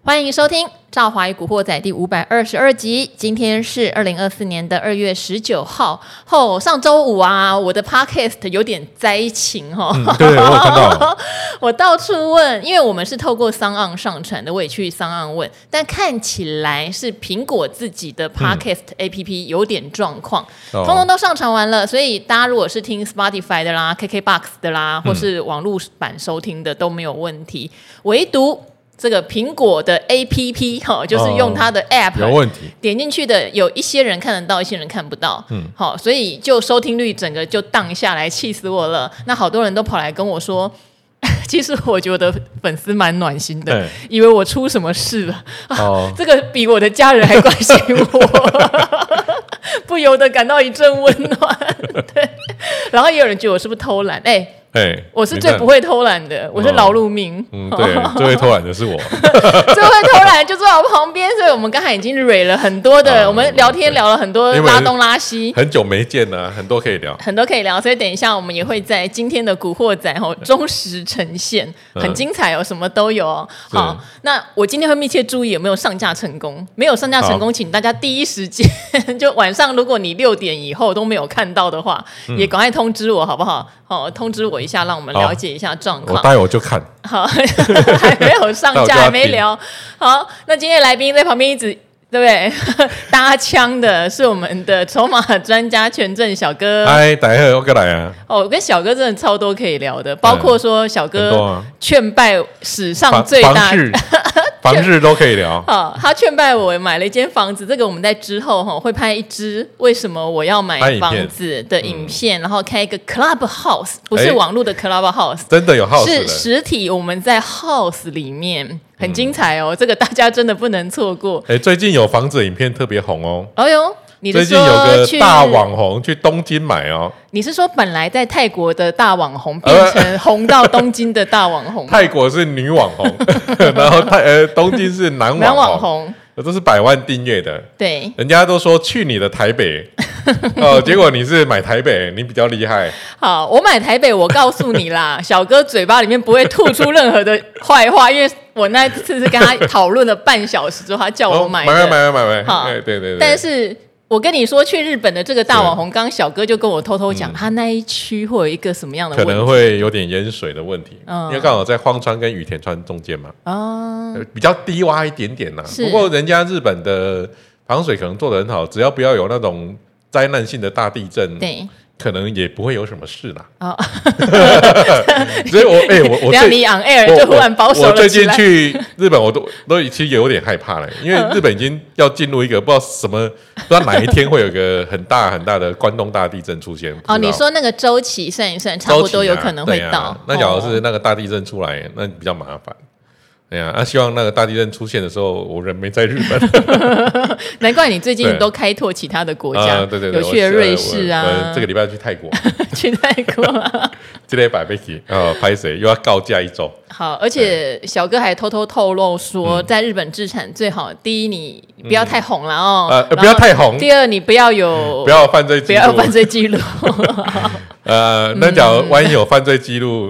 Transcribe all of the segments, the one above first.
欢迎收听《赵华与古惑仔》第522集。今天是2024年2月19号。上周五啊，我的 podcast 有点灾情对，我有看到。 我到处问，因为我们是透过SoundOn上传的，我也去SoundOn问，但看起来是苹果自己的 podcast APP 有点状况，通通都上传完了，所以大家如果是听 Spotify 的啦、KKBOX 的啦，或是网络版收听的都没有问题，唯独这个苹果的 APP 就是用它的 App 有问题， 点进去的有一些人看得到，一些人看不到，所以就收听率整个就荡下来，气死我了。那好多人都跑来跟我说，其实我觉得粉丝蛮暖心的，以为我出什么事了，这个比我的家人还关心我，不由得感到一阵温暖。对，然后也有人觉得我是不是偷懒？我是最不会偷懒的，我是劳碌命。 对，最会偷懒的是我。 最会偷懒就坐在我旁边，所以我们刚才已经蕊了很多的，我们聊天聊了很多拉东拉西， 很久没见了，很多可以聊， 很多可以聊。所以等一下我们也会在今天的古惑仔忠实呈现，很精彩哦，什么都有哦。好，那我今天会密切注意有没有上架成功，没有上架成功，请大家第一时间就晚上，如果你6点以后都没有看到的话，也赶快通知我好不好？通知我一下，让我们了解一下状况。 我待会就看。 好，还没有上架，还没聊。好，那今天的来宾在旁边一直对不对？搭腔的是我们的筹码专家权证小哥。 嗨，大家好，我过来啊。 我跟小哥真的超多可以聊的，包括说小哥劝败史上最大房市都可以聊。 他劝败我买了一间房子，这个我们在之后会拍一支为什么我要买房子的影片，然后开一个 Clubhouse， 不是网络的 Clubhouse， 真的有 house， 是实体，我们在 house 里面。很精彩哦，这个大家真的不能错过。 最近有房子的影片特别红哦。 哎呦，你是说最近有个大网红去东京买哦。 你是说本来在泰国的大网红变成红到东京的大网红？ 泰国是女网红，然后东京是男网红。都是100万订阅的， 对， 人家都说去你的台北，结果你是买台北，你比较厉害。 好，我买台北，我告诉你啦，小哥嘴巴里面不会吐出任何的坏话，因为我那次是跟他讨论了半小时之后，他叫我买的， 买，好，对。 但是我跟你说，去日本的这个大网红，刚刚小哥就跟我偷偷讲，他那一区会有一个什么样的问题， 可能会有点淹水的问题，因为刚好在荒川跟羽田川中间嘛，比较低洼一点点啦。不过人家日本的防水可能做得很好，只要不要有那种灾难性的大地震，对，可能也不会有什么事啦。所以我等下你 on air 就忽然保守了起来。 我最近去日本，我都其实有点害怕了，因为日本已经要进入一个不知道什么，不知道哪一天会有一个很大很大的关东大地震出现。 你说那个周期算一算，差不多有可能会到。 那假如是那个大地震出来，那比较麻烦。希望那个大地震出现的时候，我人没在日本。 难怪你最近都开拓其他的国家， 对， 有去了瑞士啊。 这个礼拜去泰国， 去泰国。 这礼拜去拍谁又要告假1周。 好，而且小哥还偷偷透露说，在日本置产最好，第一你不要太红了哦， 不要太红。 第二你不要犯罪记录， 不要犯罪记录。 那假如万一有犯罪记录，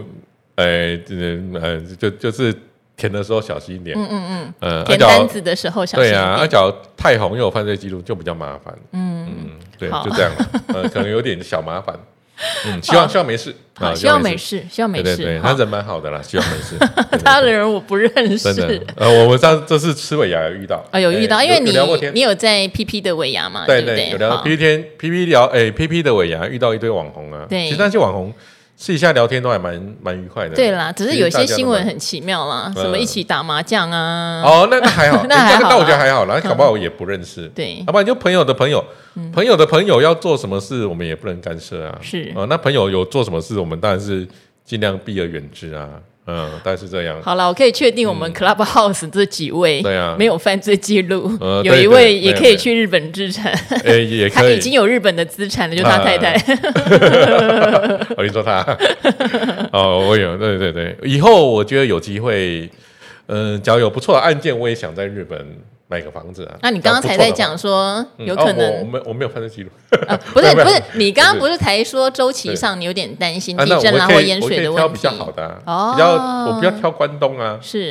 就是填的时候小心一点， 填单子的时候小心一点。 对啊，假如太红又有犯罪记录就比较麻烦。对，就这样了。可能有点小麻烦。希望没事。 希望没事，希望没事。 对，他人蛮好的啦，希望没事。 他的人我不认识。 真的，我们这次吃尾牙有遇到。 有遇到，因为你有在 PP 的尾牙嘛？ 对，有聊 PP 聊PP 的尾牙遇到一堆网红啊。对，其实那些网红试一下聊天都还蛮愉快的。 对啦，只是有些新闻很奇妙啦，什么一起打麻将啊。 那还好，那我觉得还好啦，搞不好我也不认识。 对， 要不然就朋友的朋友，朋友的朋友要做什么事，我们也不能干涉啊。 是那朋友有做什么事，我们当然是尽量避而远之啊。大概是这样。 好了，我可以确定我们 Clubhouse 这几位没有犯罪记录，有一位也可以去日本置产， 也可以， 他已经有日本的资产了，就他太太。 你说他？我有，对，以后我觉得有机会，假如有不错的案件，我也想在日本买个房子啊。 那你刚刚才在讲说有可能， 我没有犯罪记录。 不是，你刚刚不是才说周期上你有点担心地震啦或淹水的问题？ 我可以挑比较好的，我比较挑关东啊。 是，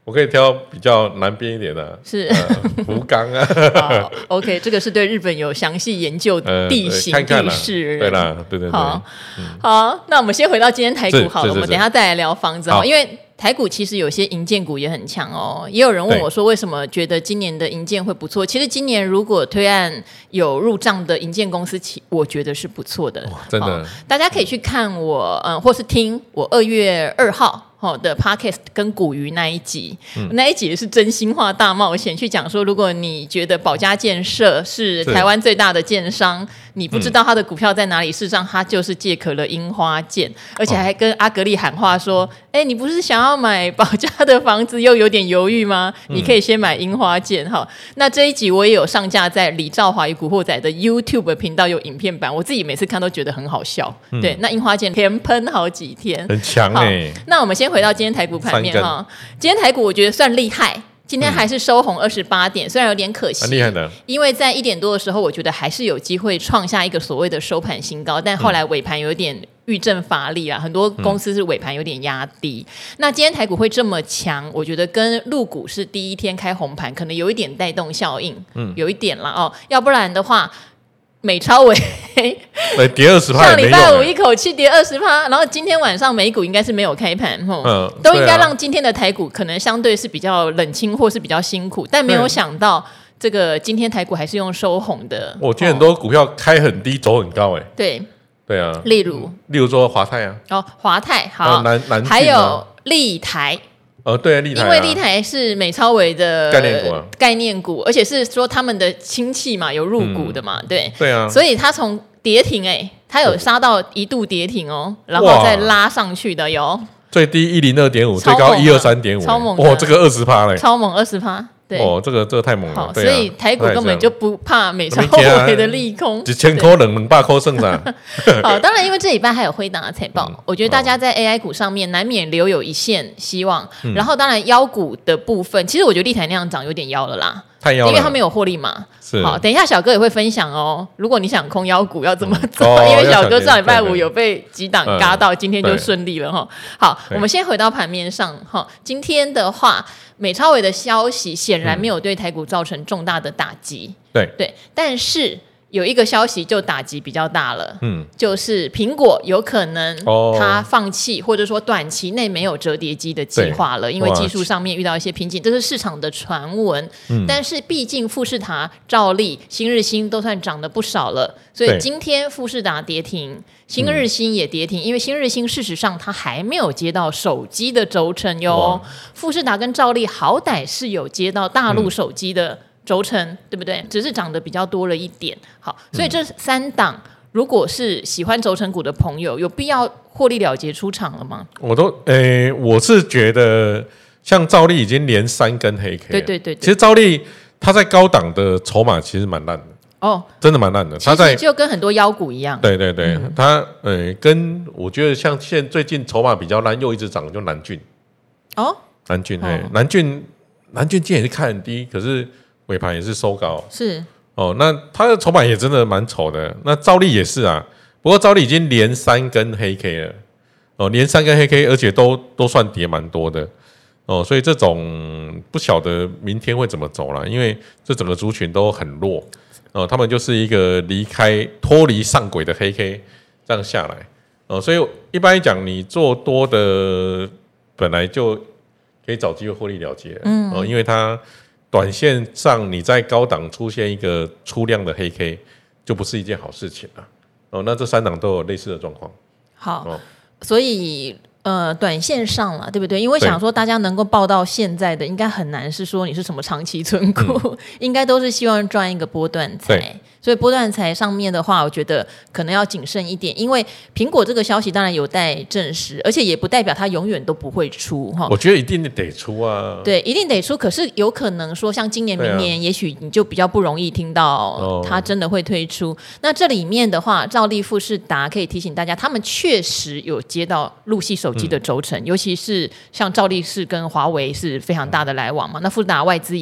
我可以挑比较南边一点的， 是福冈啊。 好 OK， 这个是对日本有详细研究地形地势。 对啦，对。 好，那我们先回到今天台股好了，我们等一下再来聊房子因为台股其实有些营建股也很强也有人问我说为什么觉得今年的营建会不错？其实今年如果推案有入账的营建公司，我觉得是不错的， 真的。 大家可以去看我或是听我2月2号的 podcast 跟股鱼那一集，那一集是真心话大冒险，去讲说如果你觉得保家建设是台湾最大的建商，你不知道他的股票在哪里，事实上他就是借壳了樱花建，而且还跟阿格力喊话说你不是想要买保家的房子又有点犹豫吗？你可以先买樱花建那这一集我也有上架在李兆华与古惑仔的 YouTube 频道有影片版，我自己每次看都觉得很好笑对，那樱花建连喷好几天， 很强那我们先回到今天台股盘面今天台股我觉得算厉害，今天还是收红28点，虽然有点可惜， 很厉害的， 因为在1点多的时候我觉得还是有机会创下一个所谓的收盘新高，但后来尾盘有点遇阵乏力很多公司是尾盘有点压低那今天台股会这么强，我觉得跟陆股是第一天开红盘可能有一点带动效应有一点啦要不然的话美超微跌20%， 上礼拜五一口气跌20%，然后今天晚上美股应该是没有开盘都应该让今天的台股可能相对是比较冷清或是比较辛苦，但没有想到这个今天台股还是用收红的。 我觉得很多股票开很低走很高对啊， 例如说华泰华泰好，还有立台对立台因为立台是美超微的概念股而且是说他们的亲戚嘛，有入股的嘛对啊， 所以它从跌停它有杀到一度跌停然后再拉上去的有最低102.5，最高123.5， 超猛的这个20% 超猛20%。对这个太猛了， 所以台股根本就不怕美超微的利空 ，1000块200块剩啥？ 好，当然因为这礼拜还有辉达的财报，我觉得大家在 AI 股上面难免留有一线希望。然后当然妖股的部分，其实我觉得立台那样涨有点妖了啦， 太妖了， 因为他没有获利嘛。好，等一下小哥也会分享如果你想空妖股要怎么做，因为小哥上礼拜五有被几档嘎到，今天就顺利了好，我们先回到盘面上今天的话，美超微的消息显然没有对台股造成重大的打击，对，但是有一个消息就打击比较大了，就是苹果有可能它放弃或者说短期内没有折叠机的计划了，因为技术上面遇到一些瓶颈，这是市场的传闻，但是毕竟富士达、兆利、新日新都算涨得不少了，所以今天富士达跌停，新日新也跌停，因为新日新事实上它还没有接到手机的轴承哟，富士达跟兆利好歹是有接到大陆手机的轴承，对不对？只是涨得比较多了一点。好，所以这3档如果是喜欢轴承股的朋友，有必要获利了结出场了吗？ 我是觉得像兆利已经连3根黑 K 了， 对， 其实兆利它在高档的筹码其实蛮烂的真的蛮烂的， 其实就跟很多妖股一样。 对，它跟我觉得像最近筹码比较烂又一直涨，就南俊南俊今天也是看很低，可是尾盘也是收高， 是那它的筹码也真的蛮丑的。那兆利也是啊，不过兆利已经连3根黑 K 了连3根黑 K， 而且都算跌蛮多的所以这种不晓得明天会怎么走啦，因为这整个族群都很弱他们就是一个脱离上轨的黑 K 这样下来所以一般来讲，你做多的本来就可以找机会获利了结因为它短线上你在高档出现一个出量的黑 K 就不是一件好事情了那这3档都有类似的状况。 好所以短线上了，对不对？因为想说大家能够报到现在的，应该很难是说你是什么长期存股，应该都是希望赚一个波段财。所以波段财上面的话，我觉得可能要谨慎一点，因为苹果这个消息当然有待证实，而且也不代表它永远都不会出我觉得一定得出啊， 对，一定得出。可是有可能说像今年、明年，也许你就比较不容易听到它真的会推出。那这里面的话，兆利、富士达可以提醒大家，他们确实有接到陆系手机的轴承，尤其是像兆利是跟华为是非常大的来往嘛，那富士达外资也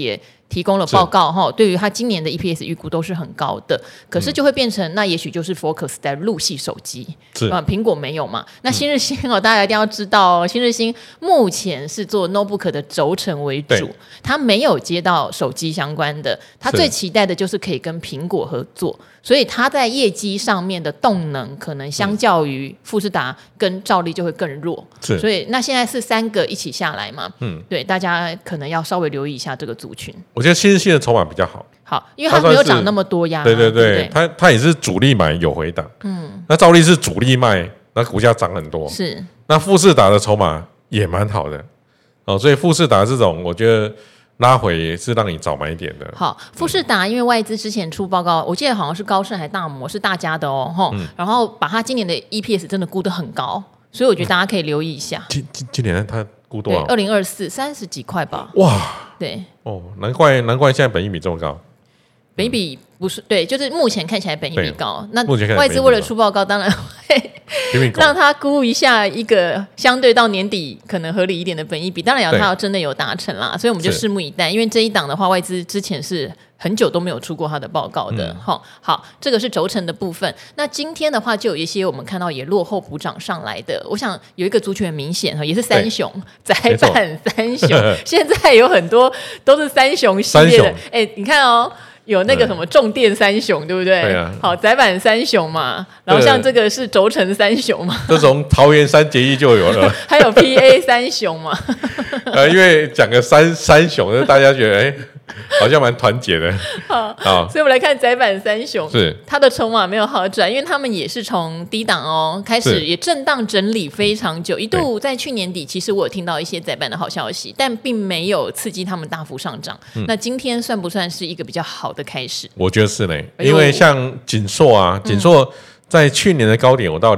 提供了报告哈，对于它今年的 EPS 预估都是很高的，可是就会变成那也许就是 focus 在路系手机，苹果没有嘛？那新日兴大家一定要知道新日兴目前是做 notebook 的轴承为主，它没有接到手机相关的，它最期待的就是可以跟苹果合作，所以它在业绩上面的动能可能相较于富士达跟兆利就会更弱，所以那现在是3个一起下来嘛，对，大家可能要稍微留意一下这个族群。 我觉得新日兴的筹码比较好， 因为它没有涨那么多呀。 对，它也是主力买有回档，那兆利是主力卖，那股价涨很多。 是， 那富士达的筹码也蛮好的所以富士达这种，我觉得拉回也是让你早买一点的。 好，富士达因为外资之前出报告，我记得好像是高盛还大摩是大家的然后把它今年的 EPS 真的估得很高，所以我觉得大家可以留意一下。 今年它估多少 ？2024 30几块吧。 哇， 对难怪现在本益比这么高。 本益比不是对，就是目前看起来本益比高。那外资为了出报告，当然会让他估一下一个相对到年底可能合理一点的本益比。当然他要真的有达成啦，所以我们就拭目以待。因为这一档的话，外资之前是很久都没有出过他的报告的。好，这个是轴承的部分。那今天的话，就有一些我们看到也落后补涨上来的。我想有一个族群很明显也是三雄，载板三雄，现在有很多都是三雄系列的。你看有那个什么重电三雄，对不对？ 对啊。 好，载板三雄嘛，然后像这个是轴承三雄嘛， 这从桃园3结1就有了。 还有 PA 三雄嘛。 因为讲个三雄，大家觉得好像蛮团结的。 好，所以我们来看载板三雄， 是它的筹码没有好转，因为他们也是从低档开始，也震荡整理非常久，一度在去年底，其实我有听到一些载板的好消息，但并没有刺激他们大幅上涨。那今天算不算是一个比较好的开始？ 我觉得是呢，因为像锦硕锦硕在去年的高点有到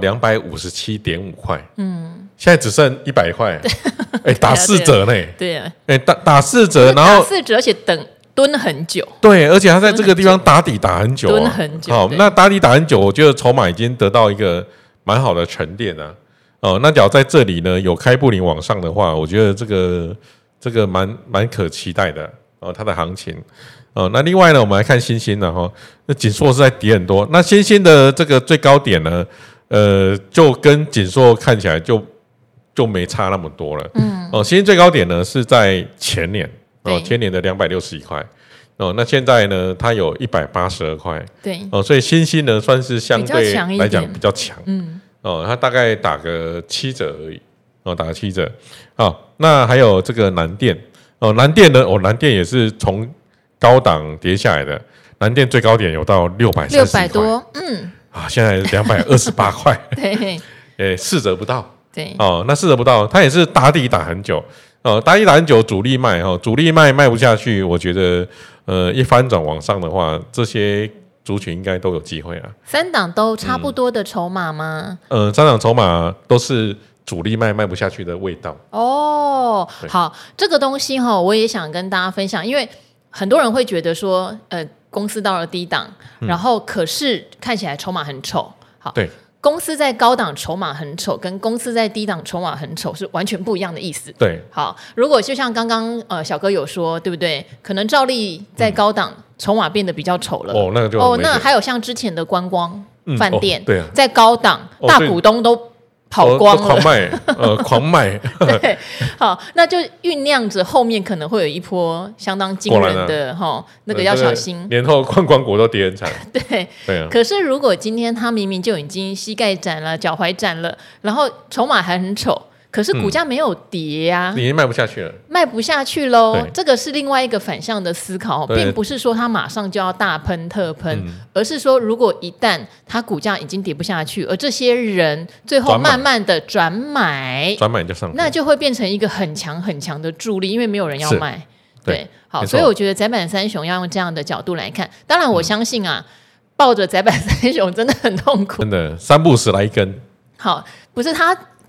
257.5块，现在只剩100块，打4折呢。 对啊， 打4折，然后打4折，而且蹲很久。 对，而且他在这个地方打底打很久， 蹲很久。 好，那打底打很久，我觉得筹码已经得到一个蛮好的沉淀了。那假如在这里呢有开布林往上的话，我觉得这个蛮可期待的它的行情。那另外呢，我们来看新兴的那锦硕是在跌很多，那新兴的这个最高点呢，就跟锦硕看起来就没差那么多了。新兴最高点呢是在前年前年的261块。那现在呢，它有182块。 对。 所以新兴呢算是相对来讲比较强。它大概打个7折而已。打个7折。那还有这个南电。南电呢，南电也是从高档跌下来的，南电最高点有到630 多， 现在228块， 对 ，4折不到， 对， 那4折不到，它也是打底打很久，打底打很久，主力卖，主力卖不下去，我觉得，一翻转往上的话，这些族群应该都有机会啊。 3档都差不多的筹码吗 ？3档筹码都是主力卖不下去的味道。 好，这个东西我也想跟大家分享，因为很多人会觉得说，公司到了低档，然后可是看起来筹码很丑。好， 对， 公司在高档筹码很丑，跟公司在低档筹码很丑是完全不一样的意思。 对， 好，如果就像刚刚小哥有说，对不对？可能兆利在高档筹码变得比较丑了。 那个就那还有像之前的观光饭店， 对啊， 在高档大股东都跑光了， 狂卖。 对，好，那就酝酿着后面可能会有一波相当惊人的那个要小心。 年后观光股都跌很惨。 对，可是如果今天他明明就已经膝盖斩了、脚踝斩了，然后筹码还很丑，可是股价没有跌啊， 已经卖不下去了， 卖不下去喽。这个是另外一个反向的思考，并不是说它马上就要大喷特喷，而是说如果一旦它股价已经跌不下去，而这些人最后慢慢的转买就上， 那就会变成一个很强很强的助力，因为没有人要卖。对，好，所以我觉得载板三雄要用这样的角度来看。当然，我相信抱着载板三雄真的很痛苦， 真的3不5时来一根。 好，不是它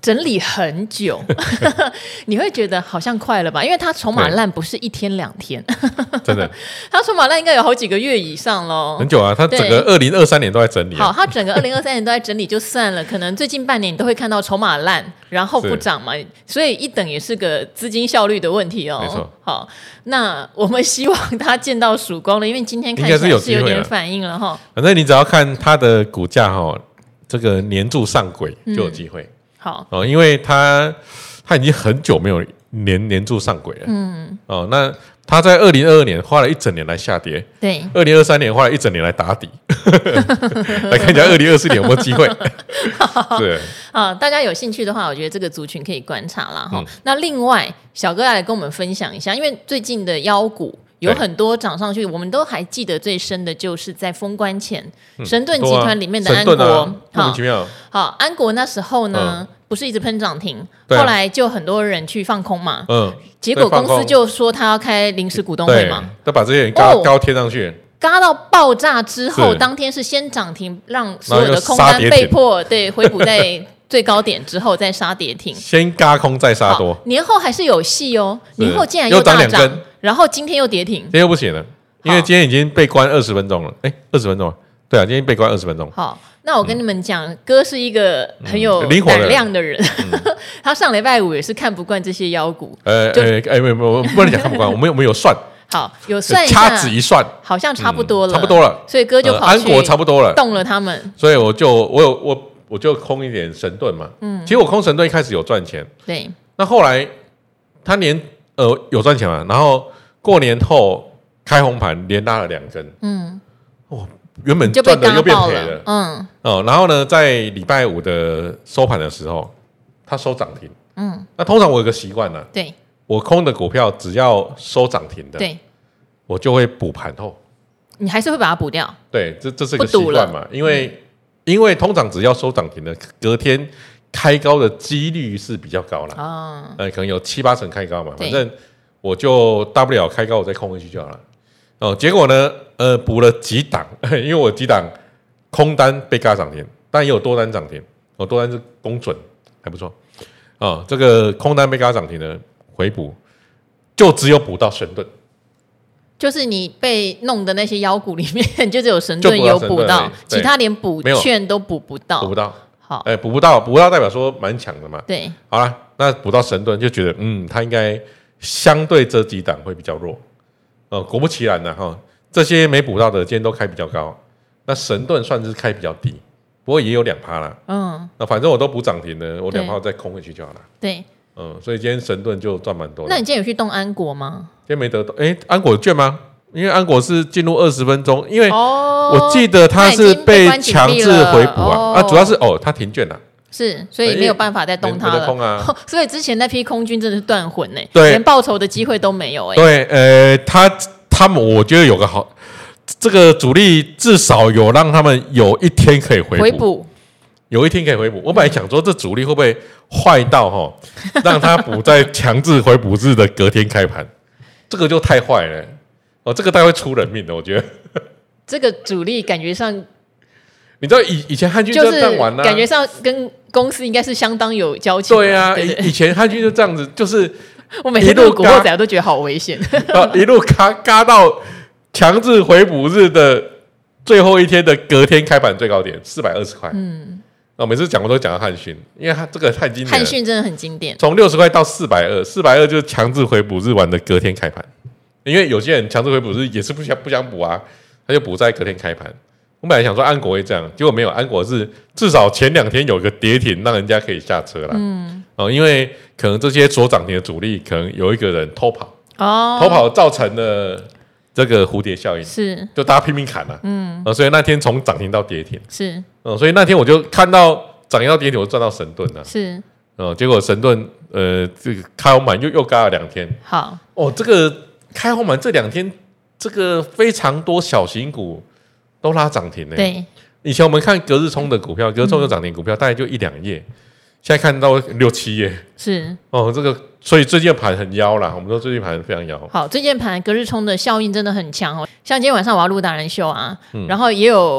整理很久你会觉得好像快了吧，因为它筹码烂不是1天2天真的它筹码烂应该有好几个月以上咯， 很久啊，它整个2023年都在整理好，它整个2023年都在整理就算了，可能最近半年你都会看到筹码烂然后不涨嘛，所以一等也是个资金效率的问题哦。 没错。 好，那我们希望它见到曙光了，因为今天看起来是有点反应了哈。 反正你只要看它的股价这个黏住上轨就有机会。 好因为它已经很久没有黏住上轨了。那它在2022年花了一整年来下跌， 对 ，2023年花了一整年来打底，来看一下2024年有没有机会。对大家有兴趣的话，我觉得这个族群可以观察啦。那另外，小哥来跟我们分享一下，因为最近的妖股有很多涨上去，我们都还记得最深的就是在封关前，神盾集团里面的安国， 莫名其妙。 好，安国那时候呢，不是一直喷涨停，后来就很多人去放空嘛，结果公司就说他要开临时股东会嘛， 都把这些人高贴上去。 嘎到爆炸之后，当天是先涨停，让所有的空单被迫回补在最高点之后再杀跌停， 先嘎空再杀多。 年后还是有戏哦，年后竟然又大涨，然后今天又跌停， 今天又不行了，因为今天已经被关20分钟了。20分钟啊？对啊，今天被关20分钟。 好，那我跟你们讲，哥是一个很有胆量的人，他上礼拜5也是看不惯这些妖股。 没有，不能讲看不惯，我们有算。 好，有算一下， 掐指一算， 好像差不多了， 差不多了。 所以哥就跑去安国差不多了， 动了他们。 所以我就空一点神盾嘛。其实我空神盾一开始有赚钱， 对。 那后来他有赚钱嘛，然后过年后开红盘连拉了2根，原本赚的又变赔了，然后呢，在礼拜5的收盘的时候，它收涨停，那通常我有个习惯呢， 对。 我空的股票只要收涨停的， 对， 我就会补盘后。你还是会把它补掉？ 对，这是个习惯嘛，因为通常只要收涨停的，隔天开高的几率是比较高啦。可能有7-8成开高嘛，反正我就大不了开高我再空回去就好了。结果呢，补了几档，因为我几档空单被嘎涨停，但也有多单涨停，多单是公准，还不错。这个空单被嘎涨停的。回补就只有补到神盾， 就是你被弄的那些妖股里面，就只有神盾有补到，其他连补券都补不到。好， 补不到代表说蛮强的嘛。 对， 好了，那补到神盾就觉得，它应该相对这几档会比较弱。果不其然呢，这些没补到的今天都开比较高，那神盾算是开比较低，不过也有2%啦。那反正我都补涨停了，我2%再空回去就好了。 对。 所以今天神盾就赚蛮多的。 那你今天有去动安国吗？ 今天没得动。安国有券吗？因为安国是进入20分钟，因为我记得它是被强制回补啊。主要是它停券了， 是，所以没有办法再动它了。 空啊， 所以之前那批空军真的是断魂呢， 对， 连报仇的机会都没有哎。 对，他们我觉得有个好，这个主力至少有让他们有一天可以回补。有一天可以回补，我本来想说这主力会不会坏到让他补在强制回补日的隔天开盘，这个就太坏了这个太会出人命了，我觉得。这个主力感觉上， 你知道以前汉军就这样玩感觉上跟公司应该是相当有交情。 对啊，以前汉军就这样子，就是我每次录古惑仔都觉得好危险， 一路嘎到强制回补日的最后一天的隔天开盘最高点420块。每次讲我都讲到汉讯，因为它这个太经典了。 汉讯真的很经典， 从60块到420就是强制回补日完的隔天开盘。因为有些人强制回补日也是不想补啊，他就补在隔天开盘。我本来想说安国会这样，结果没有，安国是至少前2天有个跌停，让人家可以下车啦。因为可能这些所涨停的主力，可能有一个人偷跑，偷跑造成了这个蝴蝶效应， 是就大家拼命砍了，所以那天从涨停到跌停， 是， 所以那天我就看到涨停到跌停，我赚到神盾了， 是， 结果神盾这个开红盘又嘎了2天， 好， 这个开红盘这2天，这个非常多小型股都拉涨停呢。 对， 以前我们看隔日冲的股票，隔日冲有涨停股票大概就1-2页，现在看到6-7页， 是， 这个。所以最近盘很妖啦，我们说最近盘非常妖。 好，最近盘隔日冲的效应真的很强像今天晚上我要录达人秀啊，然后也有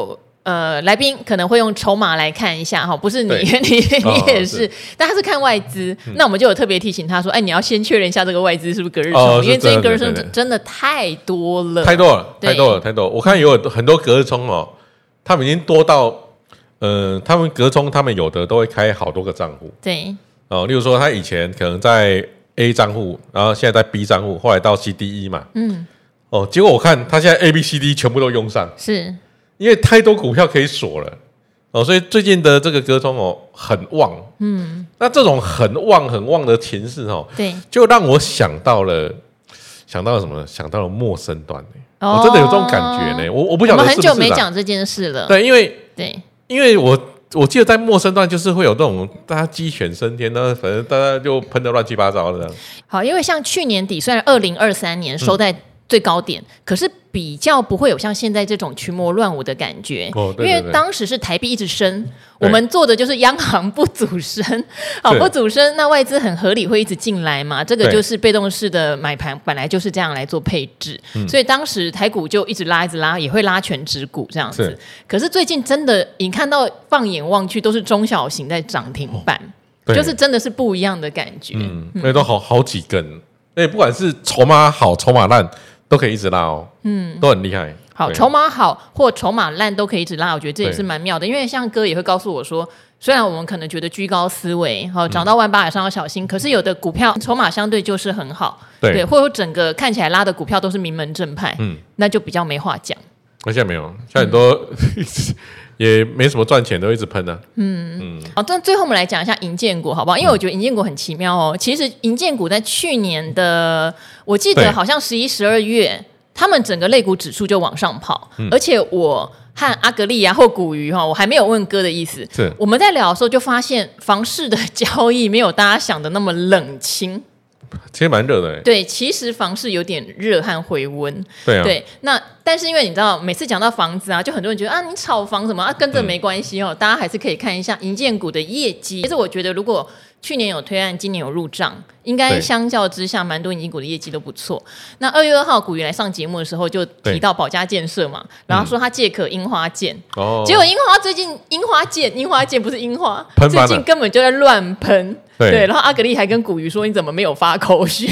来宾可能会用筹码来看一下哈，不是你也是，但他是看外资，那我们就有特别提醒他说，哎，你要先确认一下这个外资是不是隔日冲，因为最近隔日冲真的太多了， 太多了。我看有很多隔日冲哦，他们已经多到，他们隔冲他们有的都会开好多个账户， 对， 例如说他以前可能在 A 账户，然后现在在 B 账户，后来到 CDE 嘛，结果我看他现在 A、B、C、D 全部都用上， 是。 因为太多股票可以锁了所以最近的这个隔冲很旺，那这种很旺的情势对， 就让我想到了什么呢？想到了陌生段我真的有这种感觉呢。我不晓得是不是我们很久没讲这件事了， 对，因为我记得在陌生段就是会有这种大家鸡犬升天呢，反正大家就喷得乱七八糟的。 好，因为像去年底虽然2023年收在最高点，可是比较不会有像现在这种群魔乱舞的感觉，因为当时是台币一直升，我们做的就是央行不阻升，不阻升，那外资很合理会一直进来嘛，这个就是被动式的买盘，本来就是这样来做配置，所以当时台股就一直拉，也会拉全指股这样子。可是最近真的，你看到放眼望去都是中小型在涨停板，就是真的是不一样的感觉， 那都好几根，不管是筹码好筹码烂。都可以一直拉都很厉害。 好，筹码好或筹码烂都可以一直拉，我觉得这也是蛮妙的。因为像哥也会告诉我说，虽然我们可能觉得居高思维，涨到18000以上要小心，可是有的股票筹码相对就是很好，对，或者整个看起来拉的股票都是名门正派，那就比较没话讲。 现在没有，像很多也没什么赚钱，都一直喷啊。 好，但最后我们来讲一下银建股好不好？因为我觉得银建股很奇妙哦。其实银建股在去年的，我记得好像11、12月，他们整个类股指数就往上跑，而且我和阿格力或股鱼我还没有问哥的意思。我们在聊的时候就发现，房市的交易没有大家想的那么冷清。 其实蛮热的对，其实房市有点热和回温。 对， 那但是因为你知道，每次讲到房子就很多人觉得你炒房什么跟这没关系大家还是可以看一下银建股的业绩。其实我觉得，如果去年有推案，今年有入账，应该相较之下，蛮多银建股的业绩都不错。那2月2号股鱼来上节目的时候，就提到保家建设嘛，然后说他借可樱花剑，结果最近樱花剑不是樱花，最近根本就在乱喷。对，然后阿格丽还跟股鱼说：“你怎么没有发口讯？”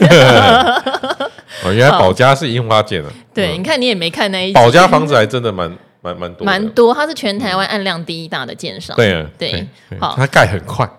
原来保家是樱花剑啊！ 对，你看你也没看那一集， 保家房子还真的蛮多，它是全台湾案量第1大的建商。 对，好，它盖很快。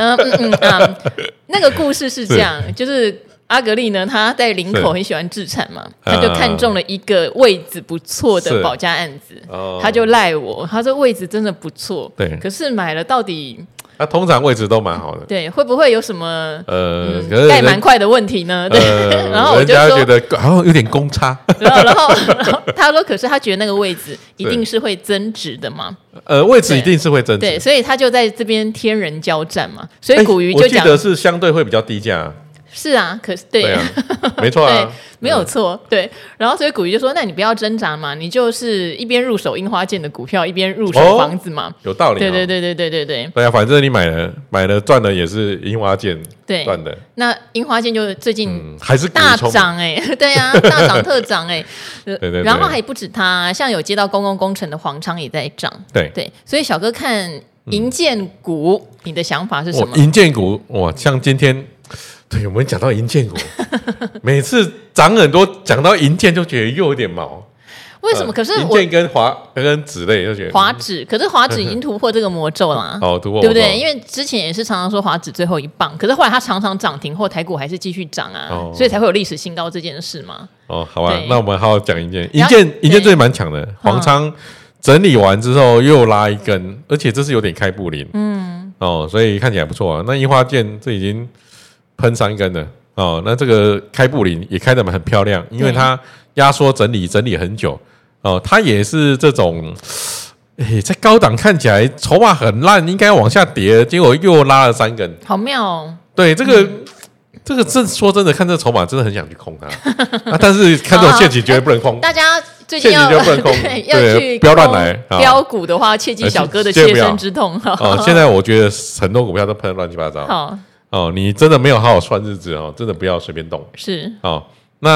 那个故事是这样，就是阿格丽呢，他在林口很喜欢置产嘛，他就看中了一个位置不错的保家案子，他就赖我，他说位置真的不错， 对， 可是买了到底。 通常位置都蛮好的， 对，会不会有什么盖蛮快的问题呢？对，然后我就说人家觉得好像有点公差， 然后他说，可是他觉得那个位置一定是会增值的嘛， 位置一定是会增值， 对，所以他就在这边天人交战嘛，所以股鱼就讲， 我记得是相对会比较低价。 是啊，可是对啊，没错啊， 对，没有错，对。然后所以股鱼就说：“那你不要挣扎嘛，你就是一边入手樱花剑的股票，一边入手房子嘛。” 有道理。 对。 对啊，反正你买了赚的也是樱花剑赚的。 那樱花剑就最近还是大涨对啊，大涨特涨对。 然后还不止它，像有接到公共工程的黄昌也在涨。对，所以小哥看银建股，你的想法是什么？ 银建股哇，像今天。对，我们讲到银建股，每次涨很多，讲到银建就觉得又有点毛。 为什么？可是银建跟纸类就觉得华指，可是华指已经突破这个魔咒啦， 突破， 对不对？因为之前也是常常说华指最后一棒，可是后来它常常涨停后，台股还是继续涨所以才会有历史新高这件事嘛。 好吧，那我们好好讲银建，银建最蛮强的，黄昌整理完之后又拉一根，而且这是有点开布林，所以看起来不错啊。那樱花剑这已经喷3根了那这个开布林也开得很漂亮，因为它压缩整理很久它也是这种在高档看起来筹码很烂，应该往下跌，结果又拉了3根， 好妙哦。 对，这个说真的，看这筹码真的很想去空它但是看这种陷阱绝对不能空， 大家最近要不能空要去不要乱来标股的话，切记小哥的切身之痛现在我觉得很多股票都喷得乱七八糟你真的没有好好算日子真的不要随便动。 是那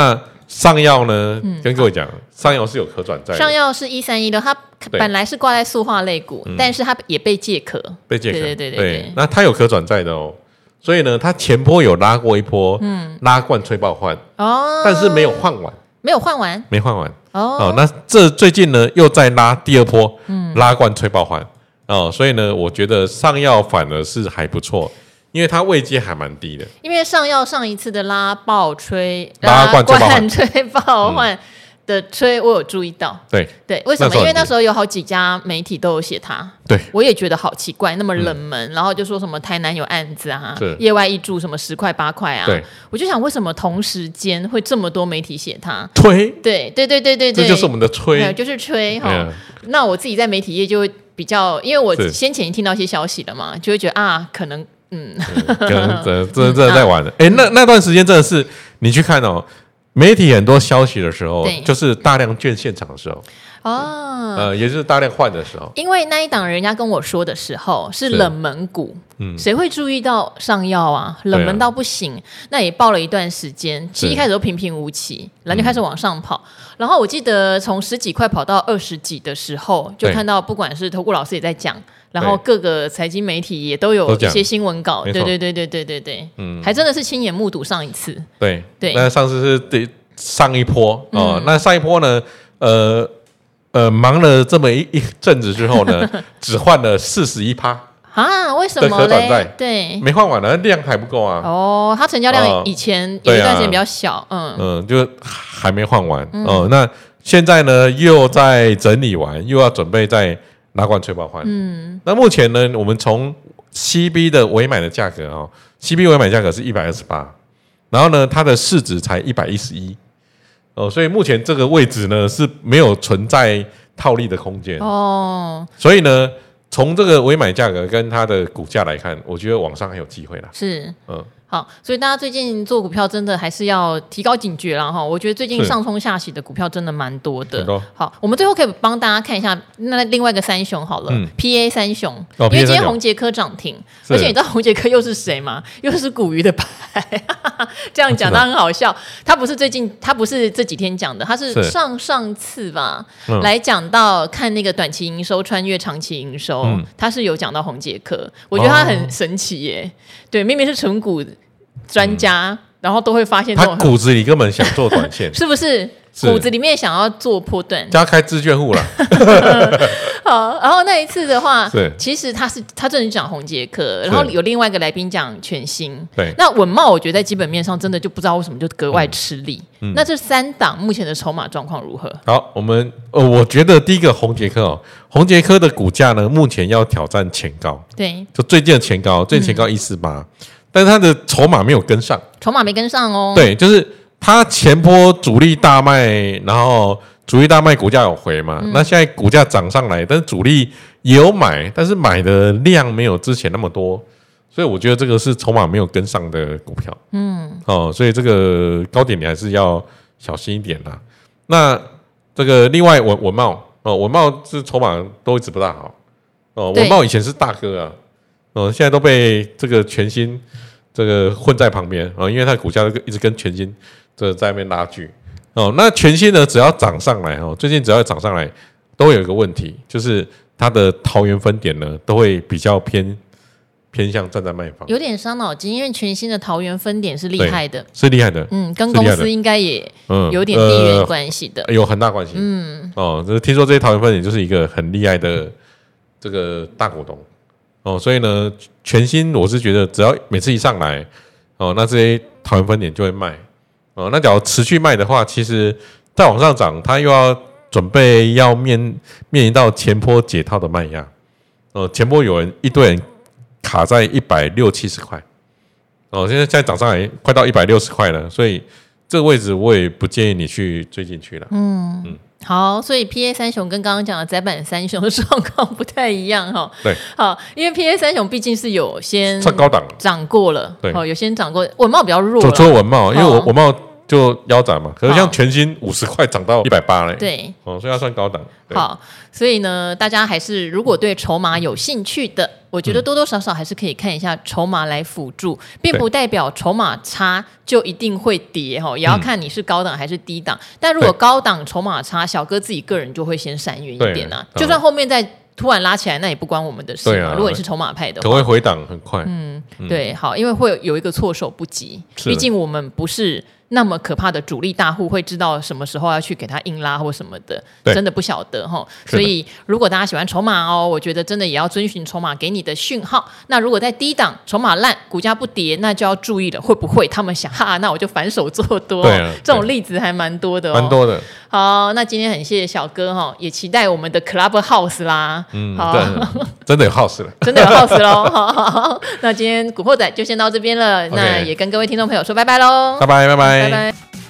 上药呢，跟各位讲，上药是有可转债的， 上药是131的，它本来是挂在塑化类股，但是它也被借壳，对， 那它有可转债的哦，所以呢，它前波有拉过一波，拉冠吹爆换哦，但是没换完哦，那这最近呢又在拉第二波，拉冠吹爆换哦，所以呢，我觉得上药反而是还不错。因为它位阶还蛮低的， 因为上一次的拉冠吹爆换的吹，我有注意到。对，为什么？因为那时候有好几家媒体都有写它。 对， 我也觉得好奇怪，那么冷门，然后就说什么台南有案子啊，业外挹注什么10块8块啊。对，我就想为什么同时间会这么多媒体写它？ 吹， 对， 这就是我们的吹， 就是吹哈。那我自己在媒体业就会比较，因为我先前听到一些消息了嘛，就会觉得可能。 可能真的在玩了。那段时间真的是你去看哦，媒体很多消息的时候，就是大量卷现场的时候哦，也就是大量换的时候。 因为那一档人家跟我说的时候是冷门股，谁会注意到上药啊？冷门到不行，那也报了一段时间，其实一开始都平平无奇，然后就开始往上跑。然后我记得从10几块跑到20几的时候，就看到不管是投顾老师也在讲。然后各个财经媒体也都有一些新闻稿，对，还真的是亲眼目睹上一次。 对，那上次是上一波哦，那上一波呢，忙了这么一阵子之后呢，只换了41% 啊？为什么嘞？对， 没换完了，量还不够啊。 哦，它成交量以前有一段时间比较小， 就还没换完哦。那现在呢，又在整理完，又要准备再拉冠吹爆换，那目前呢，我们从 CB 的委买的价格哦 ，CB 委买价格是128，然后呢，它的市值才111哦，所以目前这个位置呢是没有存在套利的空间哦，所以呢，从这个委买价格跟它的股价来看，我觉得往上还有机会啦。 是，好，所以大家最近做股票真的还是要提高警觉啦哈。我觉得最近上冲下洗的股票真的蛮多的。好，我们最后可以帮大家看一下那另外一个三雄好了，PA 三雄，因为今天宏捷科涨停，而且你知道宏捷科又是谁吗？又是股鱼的牌，这样讲他很好笑。他不是这几天讲的，他是上次吧来讲到看那个短期营收穿越长期营收，他是有讲到宏捷科，我觉得他很神奇耶。对，明明是纯股专家，然后都会发现他骨子里根本想做短线， 是不是？骨子里面想要做波段， 加开资券户了。 好，然后那一次的话，其实他真的讲宏捷科，然后有另外一个来宾讲全新。对，那稳懋我觉得在基本面上真的就不知道为什么就格外吃力。那这3档目前的筹码状况如何？ 好，我觉得第一个宏捷科宏捷科的股价呢，目前要挑战前高， 对， 就最近的前高148，但是它的筹码没有跟上， 筹码没跟上哦。 对，就是它前波主力大卖，然后主力大卖股价有回嘛，那现在股价涨上来，但是主力也有买，但是买的量没有之前那么多，所以我觉得这个是筹码没有跟上的股票。所以这个高点你还是要小心一点啦。那这个另外稳懋是筹码都一直不大好稳懋以前是大哥啊，现在都被这个全新这个混在旁边因为它的股价一直跟全新这在那边拉锯那全新呢只要涨上来最近只要涨上来都会有一个问题，就是它的桃园分点呢都会比较偏向站在卖方， 有点伤脑筋，因为全新的桃园分点是厉害的， 是厉害的， 跟公司应该也有点地缘关系的， 有很大关系，听说这些桃园分点就是一个很厉害的这个大股东所以呢，全新我是觉得只要每次一上来那这些桃园分点就会卖那假如持续卖的话，其实再往上涨，它又要准备要面临到前波解套的卖压前波有一堆人卡在160-170块现在涨上来快到160块了，所以这个位置我也不建议你去追进去了。 好，所以 PA 三雄跟刚刚讲的载板三雄的状况不太一样对， 好，因为 PA 三雄毕竟是有先算高档涨过了，对，有先涨过，稳懋比较弱， 除了稳懋，因为稳懋就腰斩嘛，可是像全新50块涨到180嘞， 对， 所以它算高档。 好，所以呢，大家还是如果对筹码有兴趣的我觉得多多少少还是可以看一下筹码来辅助，并不代表筹码差就一定会跌也要看你是高档还是低档。但如果高档筹码差，小哥自己个人就会先闪远一点啊，就算后面再突然拉起来，那也不关我们的事嘛。如果你是筹码派的话， 可能会回档很快。 对，好，因为会有一个措手不及，毕竟我们不是那么可怕的主力大户，会知道什么时候要去给他硬拉或什么的，真的不晓得哈。所以如果大家喜欢筹码我觉得真的也要遵循筹码给你的讯号。那如果在低档筹码烂，股价不跌，那就要注意了，会不会他们想那我就反手做多？这种例子还蛮多的蛮多的。 好，那今天很谢谢小哥也期待我们的 Clubhouse 啦。好， 真的有 house 了， 真的有 house 咯。好，那今天古惑仔就先到这边了，那也跟各位听众朋友说拜拜喽， 拜拜。 拜拜。